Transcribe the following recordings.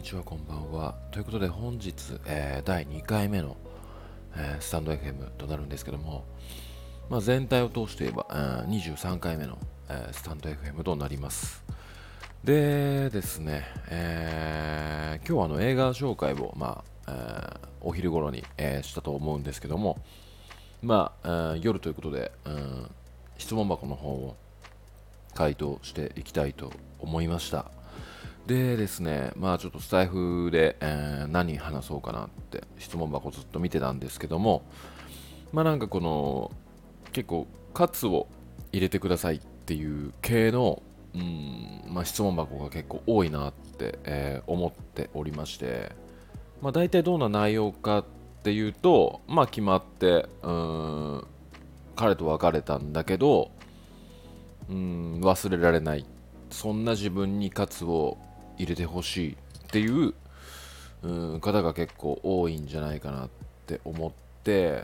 ちは、こんばんは。ということで本日、第2回目の、スタンド FM となるんですけども、全体を通して言えば、23回目の、スタンド FM となります。でですね、今日は映画紹介を、お昼頃に、したと思うんですけども、夜ということで、質問箱の方を回答していきたいと思いました。でですね、ちょっとスタイフで、何話そうかなって質問箱ずっと見てたんですけども、なんかこの結構カツを入れてくださいっていう系の、質問箱が結構多いなって、思っておりまして、大体どんな内容かっていうと、決まって、彼と別れたんだけど、忘れられない、そんな自分にカツを入れてほしいっていう方が結構多いんじゃないかなって思って、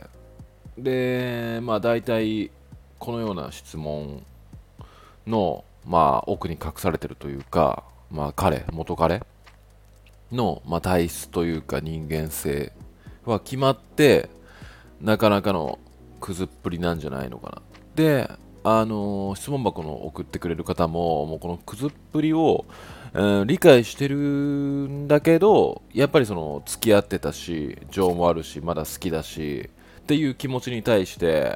で大体このような質問の奥に隠されてるというか、元彼の、体質というか人間性は決まって、なかなかのくずっぷりなんじゃないのかな。で、質問箱の送ってくれる方も、もうこのくずっぷりを、理解してるんだけど、やっぱりその付き合ってたし、情もあるし、まだ好きだしっていう気持ちに対して、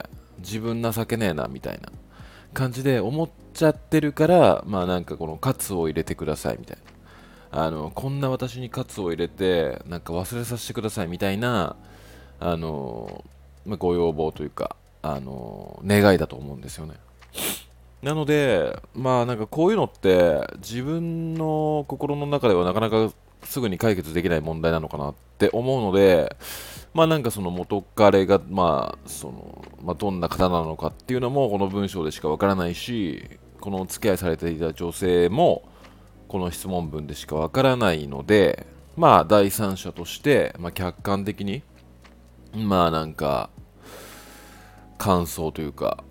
自分情けねえなみたいな感じで思っちゃってるから、なんかこのカツを入れてくださいみたいな、こんな私にカツを入れてなんか忘れさせてくださいみたいな、あのご要望というか、願いだと思うんですよね。なので、なんかこういうのって自分の心の中ではなかなかすぐに解決できない問題なのかなって思うので、なんかその元彼が、どんな方なのかっていうのもこの文章でしかわからないし、このお付き合いされていた女性もこの質問文でしかわからないので、第三者として、客観的に、なんか感想というか、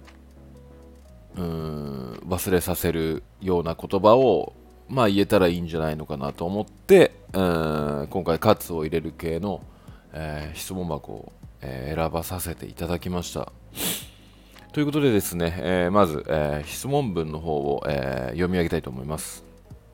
忘れさせるような言葉を言えたらいいんじゃないのかなと思って、今回カツを入れる系の、質問箱を、選ばさせていただきました。ということでですね、まず、質問文の方を、読み上げたいと思います。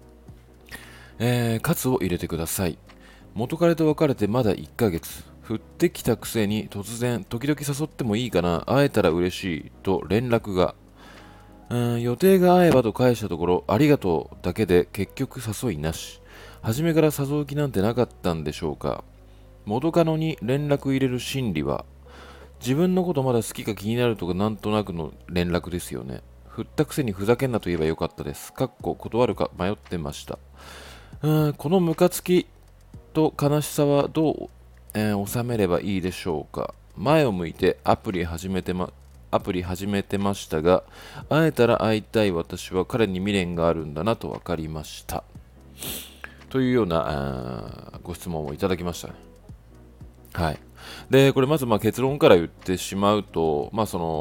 カツを入れてください。元彼と別れてまだ1ヶ月。降ってきたくせに突然、時々誘ってもいいかな、会えたら嬉しいと連絡が。予定が合えばと返したところ、ありがとうだけで結局誘いなし。初めから誘う気なんてなかったんでしょうか。元カノに連絡入れる心理は、自分のことまだ好きか気になるとかなんとなくの連絡ですよね。振ったくせにふざけんなと言えばよかったです。断るか迷ってました。このムカつきと悲しさはどう、収めればいいでしょうか。前を向いてアプリ始めてましたが、会えたら会いたい私は彼に未練があるんだなと分かりました。というようなご質問をいただきましたね。はい。で、これまず結論から言ってしまうと、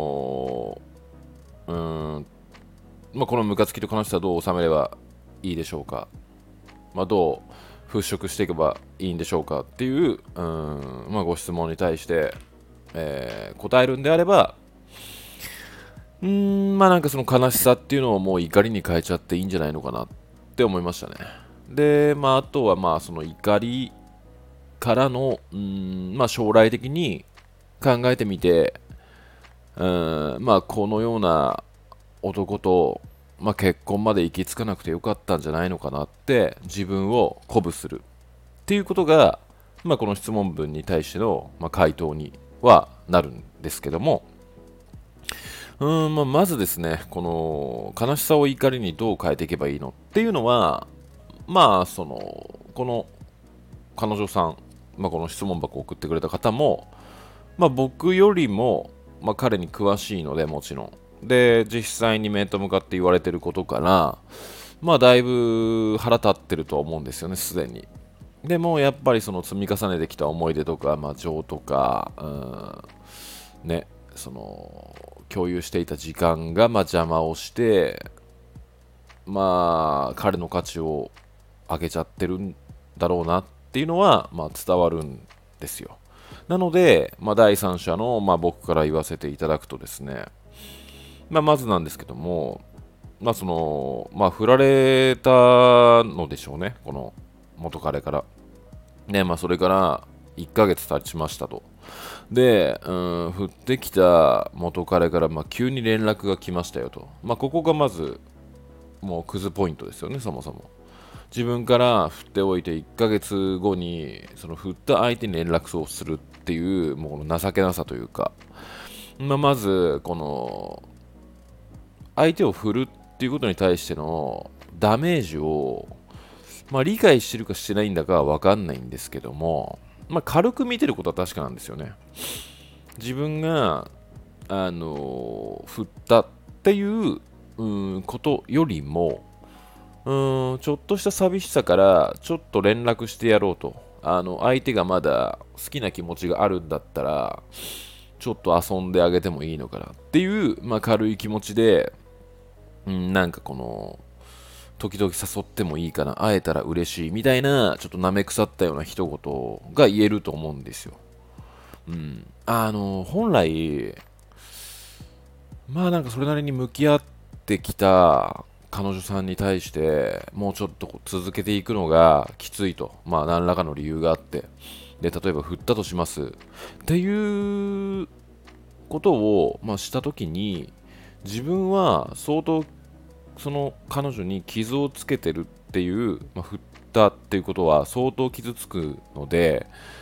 うーん、このムカつきと悲しさをどう収めればいいでしょうか。どう払拭していけばいいんでしょうかっていう、ご質問に対して、答えるんであれば、なんかその悲しさっていうのをもう怒りに変えちゃっていいんじゃないのかなって思いましたね。で、あとはその怒りからの、将来的に考えてみて、このような男と、結婚まで行き着かなくてよかったんじゃないのかなって自分を鼓舞するっていうことが、この質問文に対しての、回答にはなるんですけども、まずですね、この悲しさを怒りにどう変えていけばいいのっていうのは、この彼女さん、この質問箱を送ってくれた方も、僕よりも、彼に詳しいので、もちろん。で、実際に面と向かって言われてることから、だいぶ腹立ってると思うんですよね、すでに。でも、やっぱりその積み重ねてきた思い出とか、情とか、ね、その、共有していた時間が、邪魔をして、彼の価値を上げちゃってるんだろうなっていうのは、まあ、伝わるんですよ。なので、まあ、第三者の、まあ、僕から言わせていただくとですね、まあ、まずなんですけども、まあそのまあ、振られたのでしょうね、この元彼から。ね、まあ、それから1ヶ月経ちましたと。で、振ってきた元彼から、まあ、急に連絡が来ましたよと。まあ、ここがまず、もうクズポイントですよね、そもそも。自分から振っておいて1ヶ月後に、その振った相手に連絡をするっていう、もうこの情けなさというか、まあ、まず、この、相手を振るっていうことに対してのダメージを、まあ、理解してるかしてないんだかは分かんないんですけども、まあ、軽く見てることは確かなんですよね。自分が、振ったっていう、ことよりも、ちょっとした寂しさからちょっと連絡してやろうと。相手がまだ好きな気持ちがあるんだったら、ちょっと遊んであげてもいいのかなっていう、まあ、軽い気持ちで、なんかこの、時々誘ってもいいかな、会えたら嬉しいみたいな、ちょっと舐め腐ったような一言が言えると思うんですよ。本来、まあなんかそれなりに向き合ってきた彼女さんに対して、もうちょっと続けていくのがきついと、まあ何らかの理由があって、で、例えば振ったとします。っていうことを、まあ、したときに、自分は相当その彼女に傷をつけてるっていう、まあ、振ったっていうことは相当傷つくので、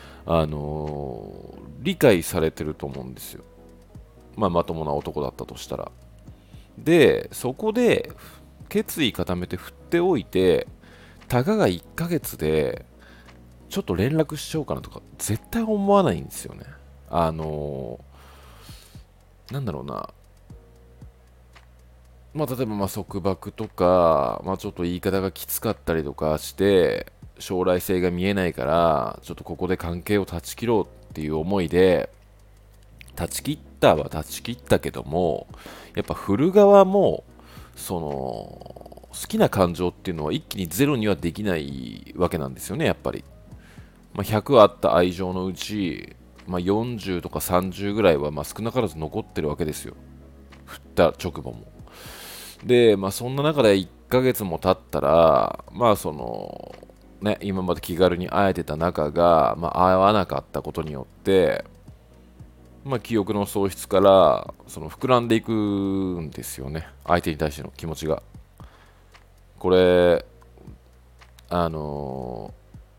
理解されてると思うんですよ。まあ、まともな男だったとしたら。で、そこで決意固めて振っておいて、たかが1ヶ月でちょっと連絡しちゃおうかなとか、絶対思わないんですよね。なんだろうな。まあ、例えば束縛とか、まあ、ちょっと言い方がきつかったりとかして将来性が見えないからちょっとここで関係を断ち切ろうっていう思いで断ち切ったは断ち切ったけどもやっぱ振る側もその好きな感情っていうのは一気にゼロにはできないわけなんですよねやっぱり、まあ、100あった愛情のうち、まあ、40とか30ぐらいはまあ少なからず残ってるわけですよ振った直後もで、まあ、そんな中で1ヶ月も経ったら、まあ、その、ね、今まで気軽に会えてた仲が、まあ、会わなかったことによって、まあ、記憶の喪失から、その膨らんでいくんですよね。相手に対しての気持ちが。これ、あの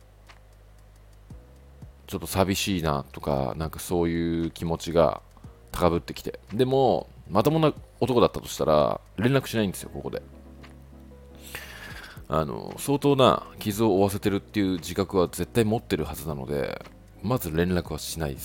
ちょっと寂しいなとか、なんかそういう気持ちが高ぶってきて。でも、まともな男だったとしたら、連絡しないんですよ、ここで。相当な傷を負わせてるっていう自覚は絶対持ってるはずなので、まず連絡はしないです。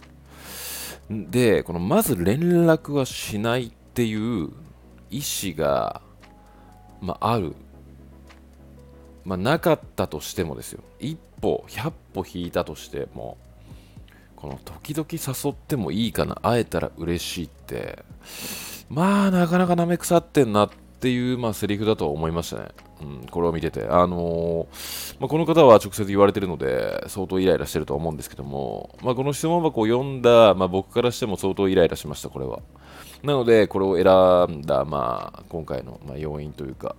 で、このまず連絡はしないっていう意思が、まあ、ある。まあ、なかったとしてもですよ。一歩、百歩引いたとしても、この時々誘ってもいいかな、会えたら嬉しいって、まあ、なかなか舐め腐ってんなっていう、まあ、セリフだとは思いましたね。これを見てて。まあ、この方は直接言われてるので、相当イライラしてると思うんですけども、まあ、この質問箱を読んだ、まあ、僕からしても相当イライラしました、これは。なので、これを選んだ、まあ、今回の、まあ、要因というか、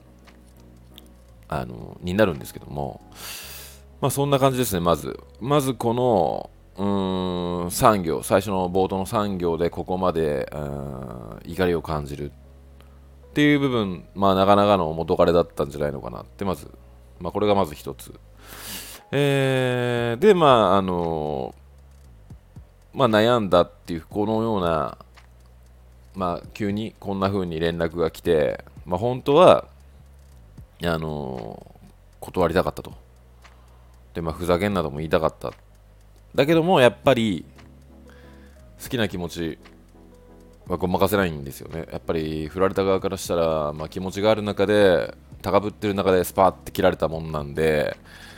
になるんですけども、まあ、そんな感じですね、まず。まず、この、産業、最初の冒頭の産業でここまで、怒りを感じるっていう部分、まあ、なかなかの元彼だったんじゃないのかなって、まず、まあ、これがまず一つ。で、まあ、まあ、悩んだっていう、このような、まあ、急にこんな風に連絡が来て、まあ、本当は、あの断りたかったと。で、まあ、ふざけんなとも言いたかった。だけども、やっぱり、好きな気持ちはごまかせないんですよね。やっぱり振られた側からしたら、まあ、気持ちがある中で高ぶってる中でスパーって切られたもんなんで、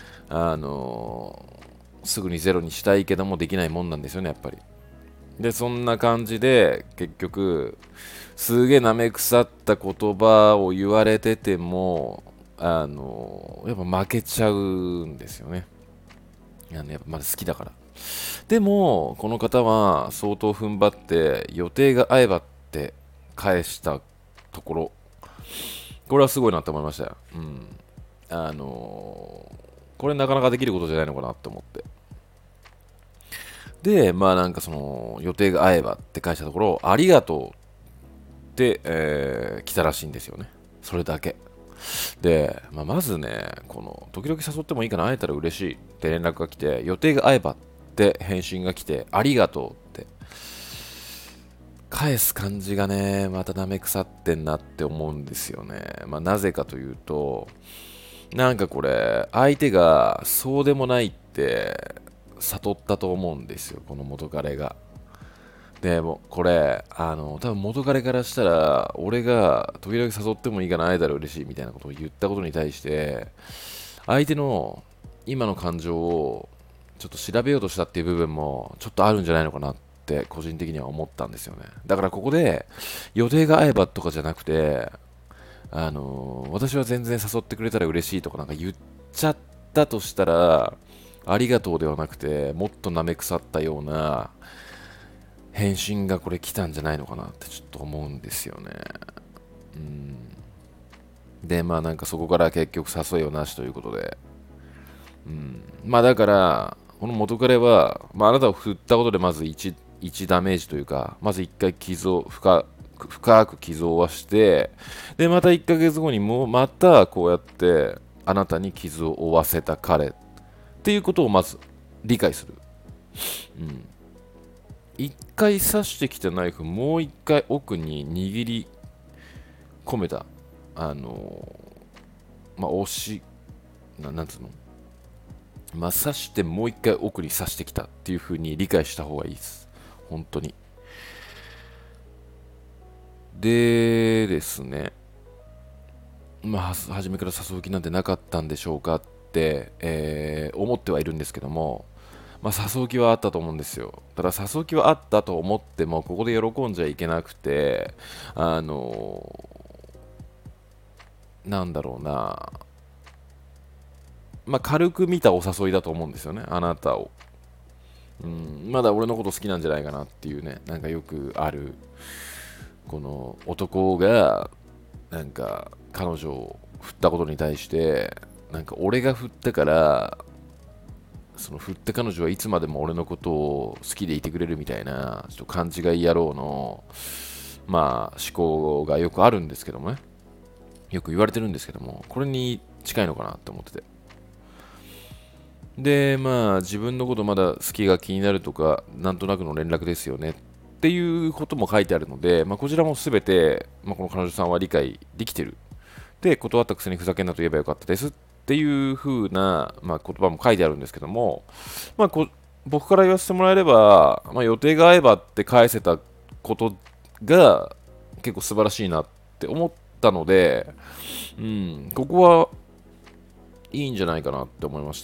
すぐにゼロにしたいけどもできないもんなんですよねやっぱり。でそんな感じで結局すげえ舐め腐った言葉を言われててもやっぱ負けちゃうんですよね。やっぱまだ好きだから。でも、この方は相当踏ん張って、予定が合えばって返したところ、これはすごいなと思いましたよ。うん。これなかなかできることじゃないのかなって思って。で、まあなんかその、予定が合えばって返したところ、ありがとうって、来たらしいんですよね。それだけ。で、まずね、この、時々誘ってもいいかな、会えたら嬉しいって連絡が来て、予定が合えばって返信が来て、ありがとうって返す感じがね、また舐め腐ってんなって思うんですよね。なぜかというと、なんかこれ、相手がそうでもないって悟ったと思うんですよ、この元彼が。でもこれ、多分元彼からしたら、俺が時々誘ってもいいかな、会えたら嬉しいみたいなことを言ったことに対して、相手の今の感情をちょっと調べようとしたっていう部分もちょっとあるんじゃないのかなって個人的には思ったんですよね。だからここで予定が合えばとかじゃなくて、私は全然誘ってくれたら嬉しいとかなんか言っちゃったとしたら、ありがとうではなくて、もっと舐め腐ったような返信がこれ来たんじゃないのかなってちょっと思うんですよね。うん。で、まあなんかそこから結局誘いはなしということで、だから、この元彼は、あなたを振ったことでまず1ダメージというか、まず1回深く傷を負わして、で、また1ヶ月後にもまたこうやってあなたに傷を負わせた彼っていうことをまず理解する。うん。1回刺してきたナイフ、もう1回奥に握り込めた、あの押し、なんつうの刺してもう一回奥に刺してきたっていう風に理解した方がいいです。本当に。でですね、初めから誘う気なんてなかったんでしょうかって、思ってはいるんですけども、誘う気はあったと思うんですよ。ただ誘う気はあったと思っても、ここで喜んじゃいけなくて、なんだろうな、軽く見たお誘いだと思うんですよね、あなたを。うん、まだ俺のこと好きなんじゃないかなっていうね、なんかよくある、この男が、なんか彼女を振ったことに対して、なんか俺が振ったから、その振った彼女はいつまでも俺のことを好きでいてくれるみたいな、ちょっと勘違い野郎の、思考がよくあるんですけどもね、よく言われてるんですけども、これに近いのかなって思ってて。で、自分のことまだ好きが気になるとか、なんとなくの連絡ですよねっていうことも書いてあるので、こちらもすべて、この彼女さんは理解できてる。で、断ったくせにふざけんなと言えばよかったですっていう風な、言葉も書いてあるんですけども、僕から言わせてもらえれば、予定が合えばって返せたことが結構素晴らしいなって思ったので、ここはいいんじゃないかなって思いました。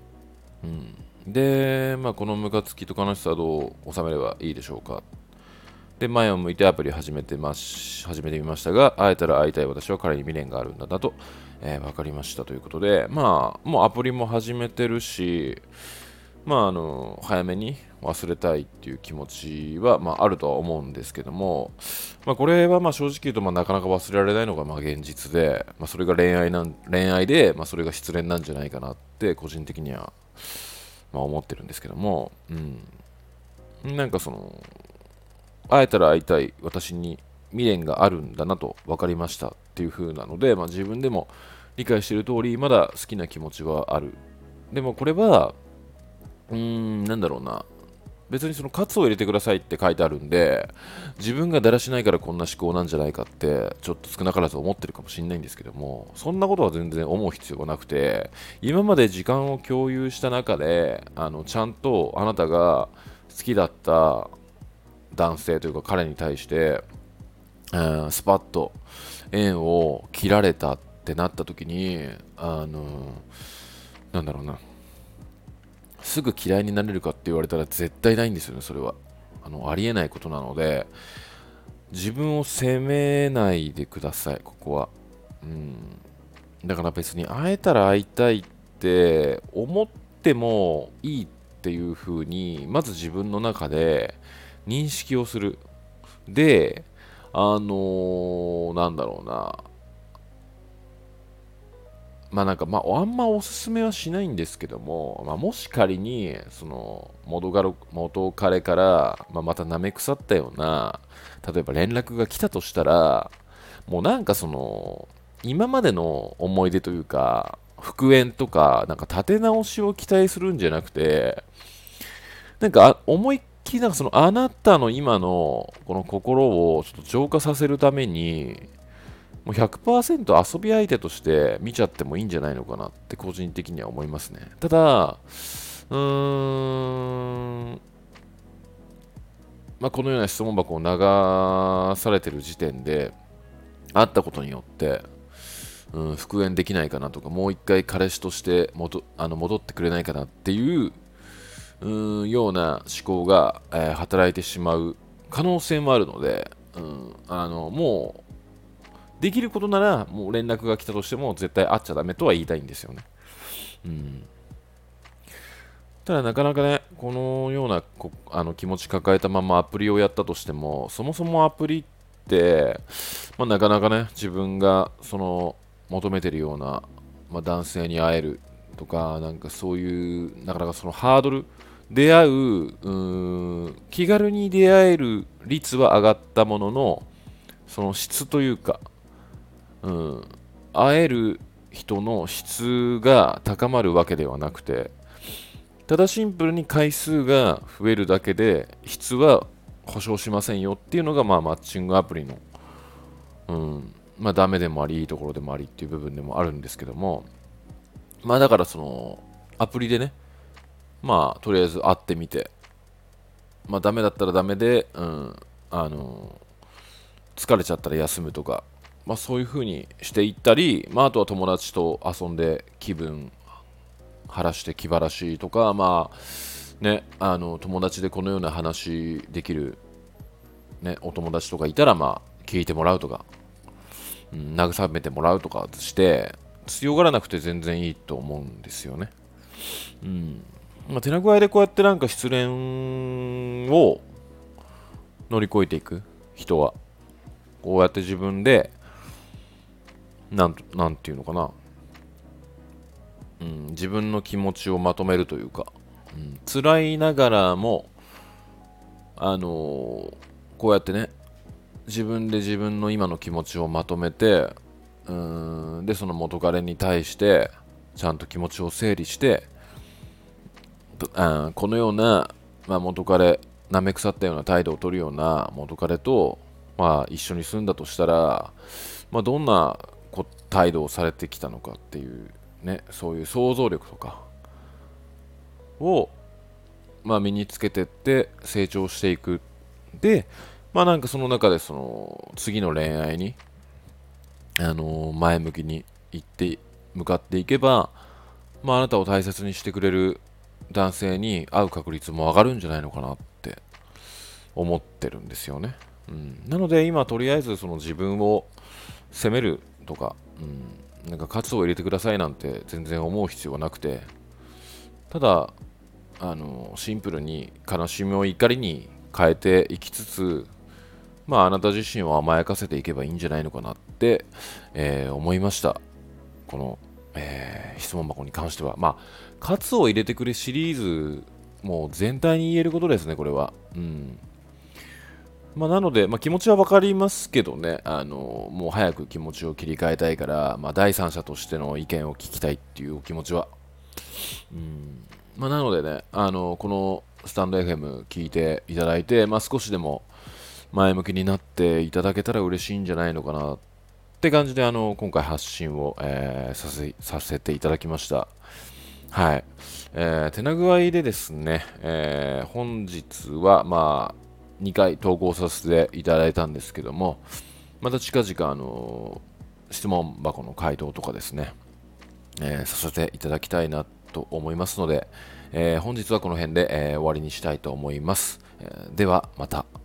で、このムカつきと悲しさはどう収めればいいでしょうか。で、前を向いてアプリを始めてみましたが、会えたら会いたい私は彼に未練があるんだなと、分かりましたということで、もうアプリも始めてるし、早めに忘れたいっていう気持ちは、あるとは思うんですけども、これは正直言うと、なかなか忘れられないのが現実で、それが恋愛で、それが失恋なんじゃないかなって個人的には思ってるんですけども、なんかその、会えたら会いたい私に未練があるんだなと分かりましたっていう風なので、自分でも理解している通り、まだ好きな気持ちはある。でもこれは、なんだろうな。別にそのカツを入れてくださいって書いてあるんで、自分がだらしないからこんな思考なんじゃないかって、ちょっと少なからず思ってるかもしれないんですけども、そんなことは全然思う必要がなくて、今まで時間を共有した中で、ちゃんとあなたが好きだった男性というか彼に対して、スパッと縁を切られたってなった時に、なんだろうな、すぐ嫌いになれるかって言われたら絶対ないんですよね、それは。ありえないことなので、自分を責めないでください、ここは。 だから別に会えたら会いたいって思ってもいいっていう風に、まず自分の中で認識をする。で、なんだろうな。あんまおすすめはしないんですけども、もし仮に、元彼から、また舐め腐ったような、例えば連絡が来たとしたら、もう今までの思い出というか、復縁とか、立て直しを期待するんじゃなくて、思いっきりあなたの今のこの心をちょっと浄化させるために、もう100%遊び相手として見ちゃってもいいんじゃないのかなって個人的には思いますね。ただ、うーん、このような質問箱を流されてる時点で、会ったことによって、復縁できないかなとか、もう一回彼氏として戻ってくれないかなっていうような思考が、働いてしまう可能性もあるので、もうできることならもう連絡が来たとしても絶対会っちゃダメとは言いたいんですよね。うん、ただなかなかね、このような気持ち抱えたままアプリをやったとしても、そもそもアプリって、なかなかね、自分が求めてるような、男性に会えるとか、そういう、なかなかそのハードル、出会気軽に出会える率は上がったものの、その質というか、うん、会える人の質が高まるわけではなくて、ただシンプルに回数が増えるだけで質は保証しませんよっていうのが、マッチングアプリの、ダメでもありいいところでもありっていう部分でもあるんですけども、だからアプリでね、とりあえず会ってみて、ダメだったらダメで、疲れちゃったら休むとか、そういう風にしていったり、あとは友達と遊んで気分晴らして気晴らしとか、友達でこのような話できる、お友達とかいたら、聞いてもらうとか、慰めてもらうとかして、強がらなくて全然いいと思うんですよね。手な具合でこうやって失恋を乗り越えていく人は、こうやって自分で、なんていうのかな、自分の気持ちをまとめるというか、辛いながらも、こうやってね、自分で自分の今の気持ちをまとめて、で、その元彼に対して、ちゃんと気持ちを整理して、このような、元彼、舐め腐ったような態度を取るような元彼と、一緒に住んだとしたら、どんな態度をされてきたのかっていうね、そういう想像力とかを、身につけてって成長していく。で、その中で次の恋愛に、前向きに向かっていけば、あなたを大切にしてくれる男性に会う確率も上がるんじゃないのかなって思ってるんですよね。なので今とりあえず自分を責めるとか、喝を入れてくださいなんて全然思う必要はなくて、ただシンプルに悲しみを怒りに変えていきつつ、あなた自身を甘やかせていけばいいんじゃないのかなって、思いました。この、質問箱に関しては。喝を入れてくれシリーズ、もう全体に言えることですね、これは。なので、気持ちは分かりますけどね、もう早く気持ちを切り替えたいから、第三者としての意見を聞きたいっていうお気持ちは。なのでね、このスタンド FM 聞いていただいて、少しでも前向きになっていただけたら嬉しいんじゃないのかなって感じで、今回発信を、させていただきました。はい。手な具合でですね、本日は、2回投稿させていただいたんですけども、また近々、質問箱の回答とかですね、させていただきたいなと思いますので、本日はこの辺で、終わりにしたいと思います。ではまた。